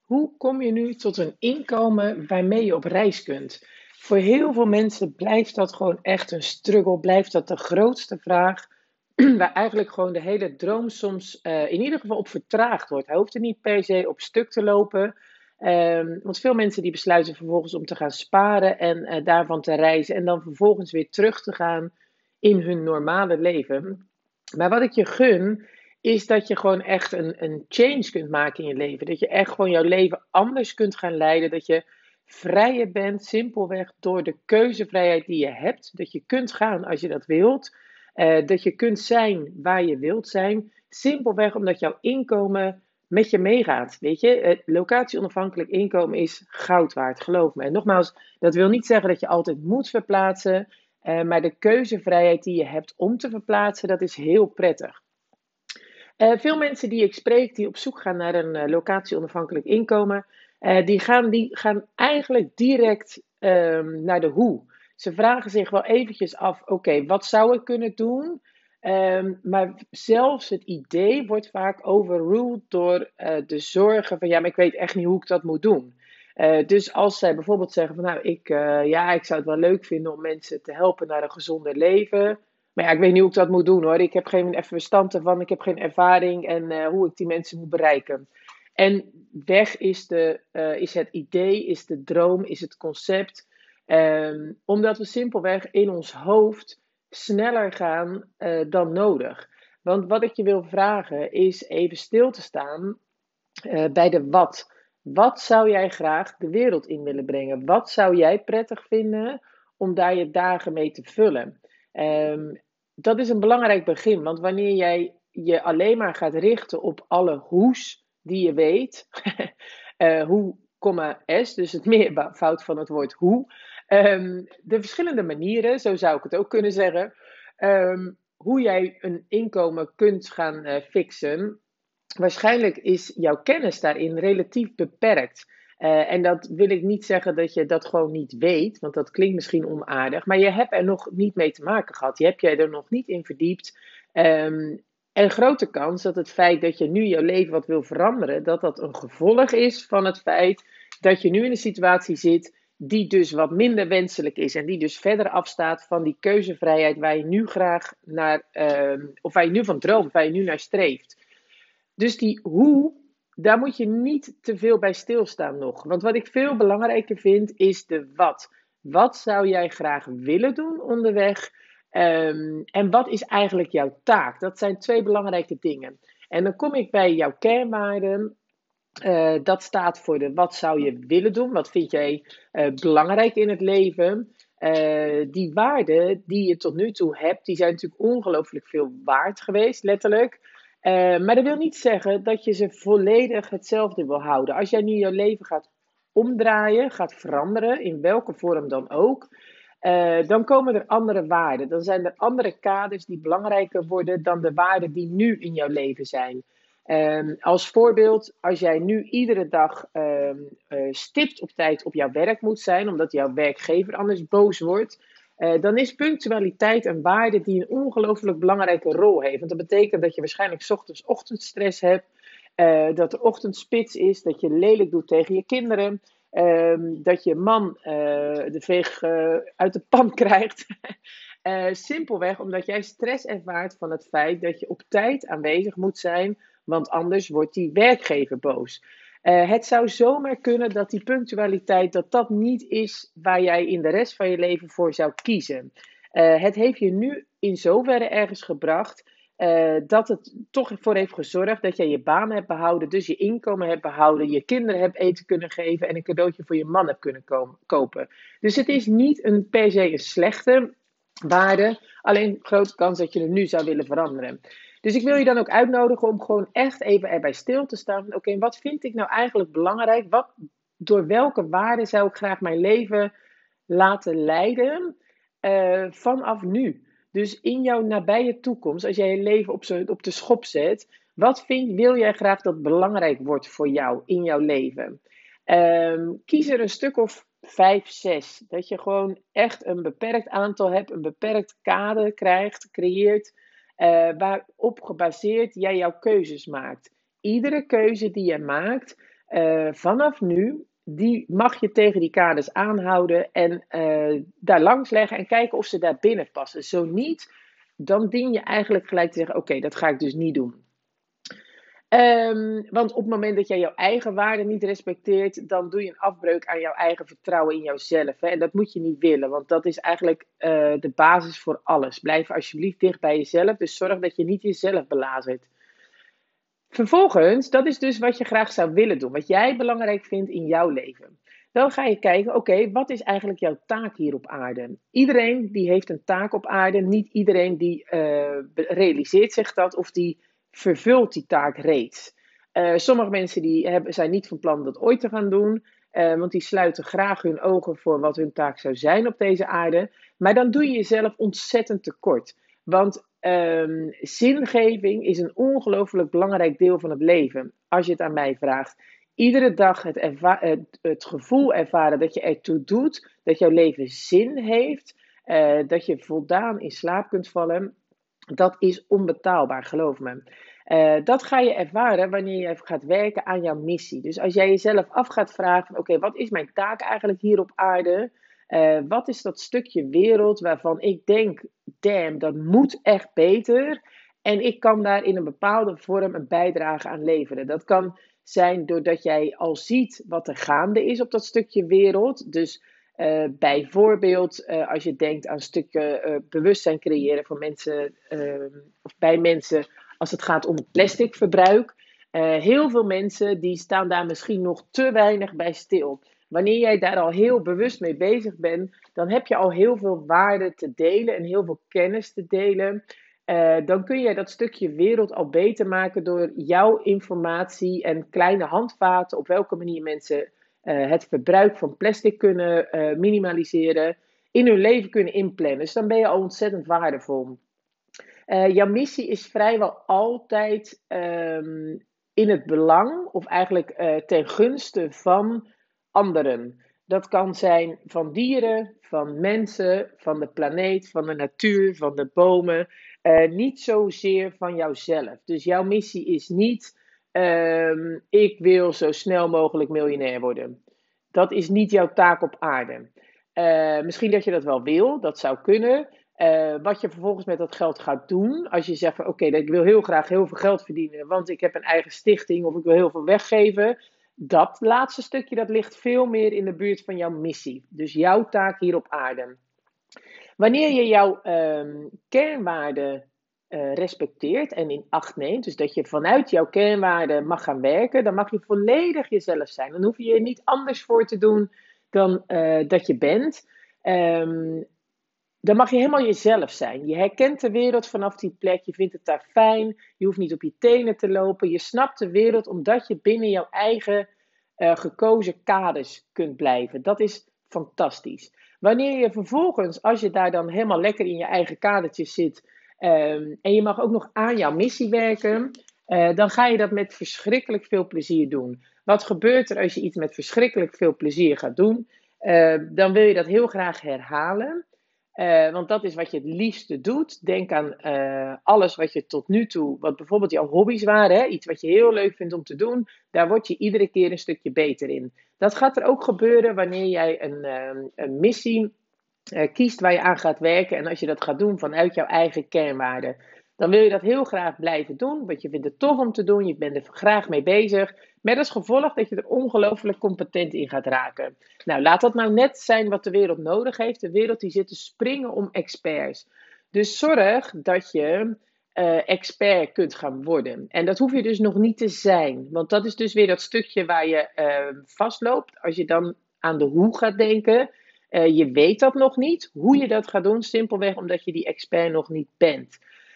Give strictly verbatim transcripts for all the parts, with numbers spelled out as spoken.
Hoe kom je nu tot een inkomen waarmee je op reis kunt? Voor heel veel mensen blijft dat gewoon echt een struggle, blijft dat de grootste vraag, waar eigenlijk gewoon de hele droom soms eh, in ieder geval op vertraagd wordt. Hij hoeft er niet per se op stuk te lopen, ehm, want veel mensen die besluiten vervolgens om te gaan sparen en eh, daarvan te reizen en dan vervolgens weer terug te gaan in hun normale leven. Maar wat ik je gun, is dat je gewoon echt een, een change kunt maken in je leven. Dat je echt gewoon jouw leven anders kunt gaan leiden. Dat je vrijer bent, simpelweg door de keuzevrijheid die je hebt. Dat je kunt gaan als je dat wilt. Eh, dat je kunt zijn waar je wilt zijn. Simpelweg omdat jouw inkomen met je meegaat. Weet je, het locatie-onafhankelijk inkomen is goud waard, geloof me. En nogmaals, dat wil niet zeggen dat je altijd moet verplaatsen. Uh, maar de keuzevrijheid die je hebt om te verplaatsen, dat is heel prettig. Uh, veel mensen die ik spreek, die op zoek gaan naar een uh, locatie-onafhankelijk inkomen, uh, die, gaan, die gaan eigenlijk direct um, naar de hoe. Ze vragen zich wel eventjes af, oké, okay, wat zou ik kunnen doen? Um, maar zelfs het idee wordt vaak overruled door uh, de zorgen van, ja, maar ik weet echt niet hoe ik dat moet doen. Uh, dus als zij bijvoorbeeld zeggen van, nou, ik, uh, ja, ik zou het wel leuk vinden om mensen te helpen naar een gezonder leven. Maar ja, ik weet niet hoe ik dat moet doen hoor. Ik heb geen even verstand ervan, ik heb geen ervaring en uh, hoe ik die mensen moet bereiken. En weg is, de, uh, is het idee, is de droom, is het concept. Um, omdat we simpelweg in ons hoofd sneller gaan uh, dan nodig. Want wat ik je wil vragen is even stil te staan uh, bij de wat. Wat zou jij graag de wereld in willen brengen? Wat zou jij prettig vinden om daar je dagen mee te vullen? Um, dat is een belangrijk begin, want wanneer jij je alleen maar gaat richten op alle hoe's die je weet, uh, hoe, s, dus het meervoud van het woord hoe, um, de verschillende manieren, zo zou ik het ook kunnen zeggen, um, hoe jij een inkomen kunt gaan uh, fixen. Waarschijnlijk is jouw kennis daarin relatief beperkt. Uh, en dat wil ik niet zeggen dat je dat gewoon niet weet, want dat klinkt misschien onaardig, maar je hebt er nog niet mee te maken gehad. Je hebt je er nog niet in verdiept. Um, en grote kans dat het feit dat je nu jouw leven wat wil veranderen, dat dat een gevolg is van het feit dat je nu in een situatie zit die dus wat minder wenselijk is en die dus verder afstaat van die keuzevrijheid waar je nu graag naar, um, of waar je nu van droomt, waar je nu naar streeft. Dus die hoe, daar moet je niet te veel bij stilstaan nog. Want wat ik veel belangrijker vind, is de wat. Wat zou jij graag willen doen onderweg? Um, en wat is eigenlijk jouw taak? Dat zijn twee belangrijke dingen. En dan kom ik bij jouw kernwaarden. Uh, dat staat voor de wat zou je willen doen? Wat vind jij uh, belangrijk in het leven? Uh, die waarden die je tot nu toe hebt, die zijn natuurlijk ongelooflijk veel waard geweest, letterlijk. Uh, maar dat wil niet zeggen dat je ze volledig hetzelfde wil houden. Als jij nu je leven gaat omdraaien, gaat veranderen, in welke vorm dan ook, uh, dan komen er andere waarden. Dan zijn er andere kaders die belangrijker worden dan de waarden die nu in jouw leven zijn. Um, als voorbeeld, als jij nu iedere dag um, uh, stipt op tijd op jouw werk moet zijn, omdat jouw werkgever anders boos wordt, uh, dan is punctualiteit een waarde die een ongelooflijk belangrijke rol heeft. Want dat betekent dat je waarschijnlijk 's ochtends ochtendstress hebt, uh, dat de ochtend spits is, dat je lelijk doet tegen je kinderen, um, dat je man uh, de veeg uh, uit de pan krijgt. uh, simpelweg omdat jij stress ervaart van het feit dat je op tijd aanwezig moet zijn, want anders wordt die werkgever boos. Uh, het zou zomaar kunnen dat die punctualiteit, dat dat niet is waar jij in de rest van je leven voor zou kiezen. Uh, het heeft je nu in zoverre ergens gebracht uh, dat het toch voor heeft gezorgd dat jij je baan hebt behouden, dus je inkomen hebt behouden, je kinderen hebt eten kunnen geven en een cadeautje voor je man hebt kunnen ko- kopen. Dus het is niet een, per se een slechte waarde, alleen grote kans dat je het nu zou willen veranderen. Dus ik wil je dan ook uitnodigen om gewoon echt even erbij stil te staan. Oké, okay, wat vind ik nou eigenlijk belangrijk? Wat, door welke waarden zou ik graag mijn leven laten leiden uh, vanaf nu? Dus in jouw nabije toekomst, als jij je leven op, zo, op de schop zet, wat vind, wil jij graag dat belangrijk wordt voor jou in jouw leven? Um, kies er een stuk of vijf, zes. Dat je gewoon echt een beperkt aantal hebt, een beperkt kader krijgt, creëert. Uh, waarop gebaseerd jij jouw keuzes maakt. Iedere keuze die je maakt, Uh, vanaf nu, die mag je tegen die kaders aanhouden en uh, daar langs leggen en kijken of ze daar binnen passen. Zo niet, dan dien je eigenlijk gelijk te zeggen, oké, okay, dat ga ik dus niet doen. Um, want op het moment dat jij jouw eigen waarden niet respecteert, dan doe je een afbreuk aan jouw eigen vertrouwen in jouzelf. Hè? En dat moet je niet willen, want dat is eigenlijk uh, de basis voor alles. Blijf alsjeblieft dicht bij jezelf, dus zorg dat je niet jezelf belazert. Vervolgens, dat is dus wat je graag zou willen doen, wat jij belangrijk vindt in jouw leven. Dan ga je kijken, oké, okay, wat is eigenlijk jouw taak hier op aarde? Iedereen die heeft een taak op aarde, niet iedereen die uh, realiseert zich dat of die vervult die taak reeds. Uh, sommige mensen die hebben, zijn niet van plan dat ooit te gaan doen, uh, want die sluiten graag hun ogen voor wat hun taak zou zijn op deze aarde. Maar dan doe je jezelf ontzettend tekort. Want um, zingeving is een ongelooflijk belangrijk deel van het leven, als je het aan mij vraagt. Iedere dag het, erva- het, het gevoel ervaren dat je ertoe doet, dat jouw leven zin heeft, uh, dat je voldaan in slaap kunt vallen. Dat is onbetaalbaar, geloof me. Uh, dat ga je ervaren wanneer je gaat werken aan jouw missie. Dus als jij jezelf af gaat vragen, oké, okay, wat is mijn taak eigenlijk hier op aarde? Uh, wat is dat stukje wereld waarvan ik denk, damn, dat moet echt beter. En ik kan daar in een bepaalde vorm een bijdrage aan leveren. Dat kan zijn doordat jij al ziet wat er gaande is op dat stukje wereld. Dus Uh, bijvoorbeeld uh, als je denkt aan een stukje uh, bewustzijn creëren voor mensen, uh, of bij mensen als het gaat om het plasticverbruik. Uh, heel veel mensen die staan daar misschien nog te weinig bij stil. Wanneer jij daar al heel bewust mee bezig bent, dan heb je al heel veel waarde te delen en heel veel kennis te delen. Uh, dan kun je dat stukje wereld al beter maken door jouw informatie en kleine handvaten op welke manier mensen Uh, het verbruik van plastic kunnen uh, minimaliseren, in hun leven kunnen inplannen. Dus dan ben je al ontzettend waardevol. Uh, jouw missie is vrijwel altijd um, in het belang, of eigenlijk uh, ten gunste van anderen. Dat kan zijn van dieren, van mensen, van de planeet, van de natuur, van de bomen. Uh, niet zozeer van jouzelf. Dus jouw missie is niet, um, ik wil zo snel mogelijk miljonair worden. Dat is niet jouw taak op aarde. Uh, misschien dat je dat wel wil, dat zou kunnen. Uh, wat je vervolgens met dat geld gaat doen. Als je zegt van oké, okay, ik wil heel graag heel veel geld verdienen, want ik heb een eigen stichting of ik wil heel veel weggeven. Dat laatste stukje, dat ligt veel meer in de buurt van jouw missie. Dus jouw taak hier op aarde. Wanneer je jouw um, kernwaarden uh, respecteert en in acht neemt, dus dat je vanuit jouw kernwaarden mag gaan werken, dan mag je volledig jezelf zijn. Dan hoef je je niet anders voor te doen dan uh, dat je bent. Um, Dan mag je helemaal jezelf zijn. Je herkent de wereld vanaf die plek. Je vindt het daar fijn. Je hoeft niet op je tenen te lopen. Je snapt de wereld omdat je binnen jouw eigen uh, gekozen kaders kunt blijven. Dat is fantastisch. Wanneer je vervolgens, als je daar dan helemaal lekker in je eigen kadertjes zit, um, en je mag ook nog aan jouw missie werken, uh, dan ga je dat met verschrikkelijk veel plezier doen. Wat gebeurt er als je iets met verschrikkelijk veel plezier gaat doen? Uh, dan wil je dat heel graag herhalen. Uh, want dat is wat je het liefste doet. Denk aan uh, alles wat je tot nu toe, wat bijvoorbeeld jouw hobby's waren, hè? Iets wat je heel leuk vindt om te doen, daar word je iedere keer een stukje beter in. Dat gaat er ook gebeuren wanneer jij een, uh, een missie uh, kiest waar je aan gaat werken. En als je dat gaat doen vanuit jouw eigen kernwaarden, dan wil je dat heel graag blijven doen, want je vindt het tof om te doen, je bent er graag mee bezig. Met als gevolg dat je er ongelooflijk competent in gaat raken. Nou, laat dat nou net zijn wat de wereld nodig heeft. De wereld die zit te springen om experts. Dus zorg dat je uh, expert kunt gaan worden. En dat hoef je dus nog niet te zijn. Want dat is dus weer dat stukje waar je uh, vastloopt. Als je dan aan de hoe gaat denken. Uh, je weet dat nog niet. Hoe je dat gaat doen. Simpelweg omdat je die expert nog niet bent.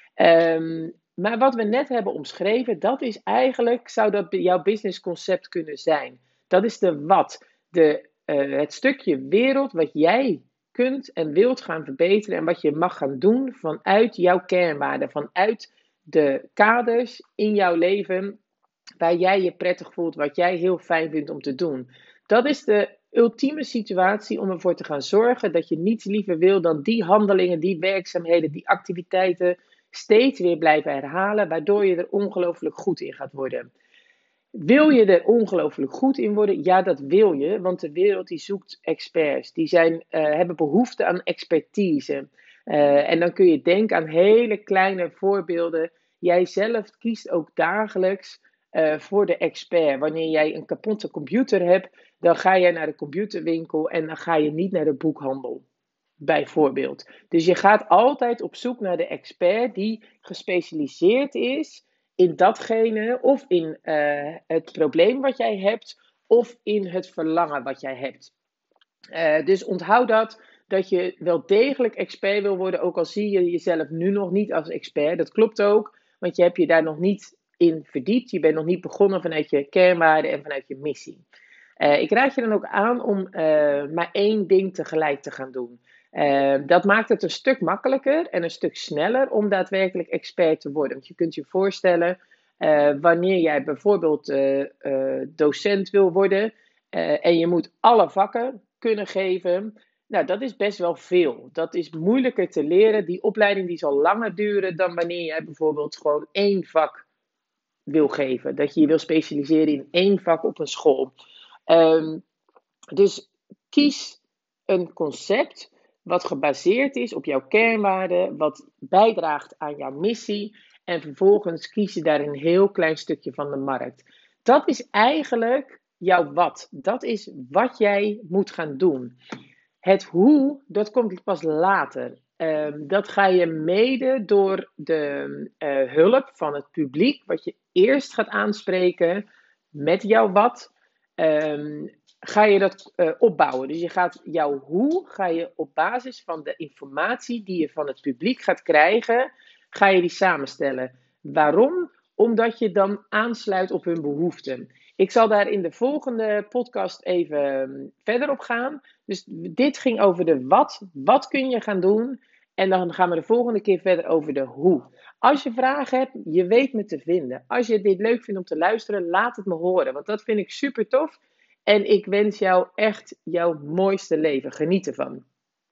Um, Maar wat we net hebben omschreven, dat is eigenlijk, zou dat jouw businessconcept kunnen zijn. Dat is de wat, de, uh, het stukje wereld wat jij kunt en wilt gaan verbeteren en wat je mag gaan doen vanuit jouw kernwaarden, vanuit de kaders in jouw leven waar jij je prettig voelt, wat jij heel fijn vindt om te doen. Dat is de ultieme situatie om ervoor te gaan zorgen dat je niets liever wil dan die handelingen, die werkzaamheden, die activiteiten steeds weer blijven herhalen, waardoor je er ongelooflijk goed in gaat worden. Wil je er ongelooflijk goed in worden? Ja, dat wil je, want de wereld die zoekt experts. Die zijn, uh, hebben behoefte aan expertise. Uh, en dan kun je denken aan hele kleine voorbeelden. Jij zelf kiest ook dagelijks uh, voor de expert. Wanneer jij een kapotte computer hebt, dan ga je naar de computerwinkel en dan ga je niet naar de boekhandel. Bijvoorbeeld. Dus je gaat altijd op zoek naar de expert die gespecialiseerd is in datgene of in uh, het probleem wat jij hebt of in het verlangen wat jij hebt. Uh, dus onthoud dat, dat je wel degelijk expert wil worden, ook al zie je jezelf nu nog niet als expert. Dat klopt ook, want je hebt je daar nog niet in verdiept. Je bent nog niet begonnen vanuit je kernwaarden en vanuit je missie. Uh, ik raad je dan ook aan om uh, maar één ding tegelijk te gaan doen. Uh, dat maakt het een stuk makkelijker en een stuk sneller om daadwerkelijk expert te worden. Want je kunt je voorstellen, uh, wanneer jij bijvoorbeeld uh, uh, docent wil worden uh, en je moet alle vakken kunnen geven, nou dat is best wel veel. Dat is moeilijker te leren. Die opleiding die zal langer duren dan wanneer jij bijvoorbeeld gewoon één vak wil geven. Dat je je wil specialiseren in één vak op een school. Um, dus kies een concept wat gebaseerd is op jouw kernwaarden, wat bijdraagt aan jouw missie en vervolgens kies je daar een heel klein stukje van de markt. Dat is eigenlijk jouw wat. Dat is wat jij moet gaan doen. Het hoe, dat komt pas later. Um, dat ga je mede door de uh, hulp van het publiek, wat je eerst gaat aanspreken met jouw wat. Um, ga je dat uh, opbouwen. Dus je gaat jouw hoe, ga je op basis van de informatie die je van het publiek gaat krijgen, ga je die samenstellen. Waarom? Omdat je dan aansluit op hun behoeften. Ik zal daar in de volgende podcast even verder op gaan. Dus dit ging over de wat. Wat kun je gaan doen? En dan gaan we de volgende keer verder over de hoe. Als je vragen hebt, je weet me te vinden. Als je dit leuk vindt om te luisteren, laat het me horen. Want dat vind ik super tof. En ik wens jou echt jouw mooiste leven. Geniet ervan.